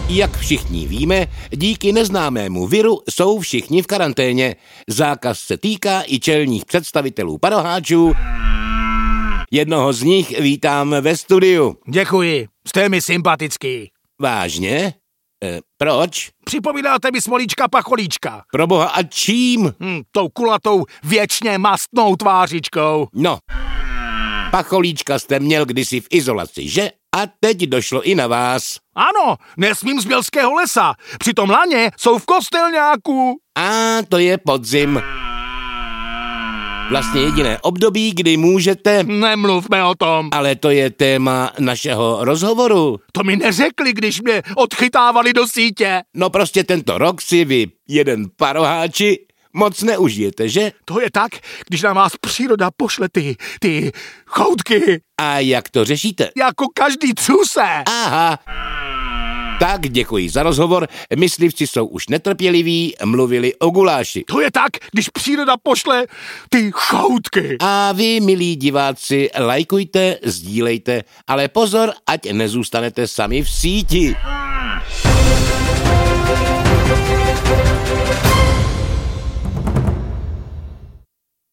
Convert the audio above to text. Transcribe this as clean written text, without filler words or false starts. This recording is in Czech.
Jak všichni víme, díky neznámému viru jsou všichni v karanténě. Zákaz se týká i čelních představitelů paroháčů. Jednoho z nich vítám ve studiu. Děkuji, jste mi sympatický. Vážně? Proč? Připomínáte mi Smolíčka Pacholíčka. Proboha, a čím? Tou kulatou, věčně mastnou tvářičkou. No, Pacholíčka jste měl kdysi v izolaci, že? A teď došlo i na vás. Ano, nesmím z Bělského lesa. Přitom laně jsou v Kostelňáku. A to je podzim. Vlastně jediné období, kdy můžete... Nemluvme o tom. Ale to je téma našeho rozhovoru. To mi neřekli, když mě odchytávali do sítě. No prostě tento rok si vy, jeden paroháči, moc neužijete, že? To je tak, když na vás příroda pošle ty choutky. A jak to řešíte? Jako každý cuse. Aha. Tak děkuji za rozhovor. Myslivci jsou už netrpěliví, mluvili o guláši. To je tak, když příroda pošle ty choutky. A vy, milí diváci, lajkujte, sdílejte, ale pozor, ať nezůstanete sami v síti.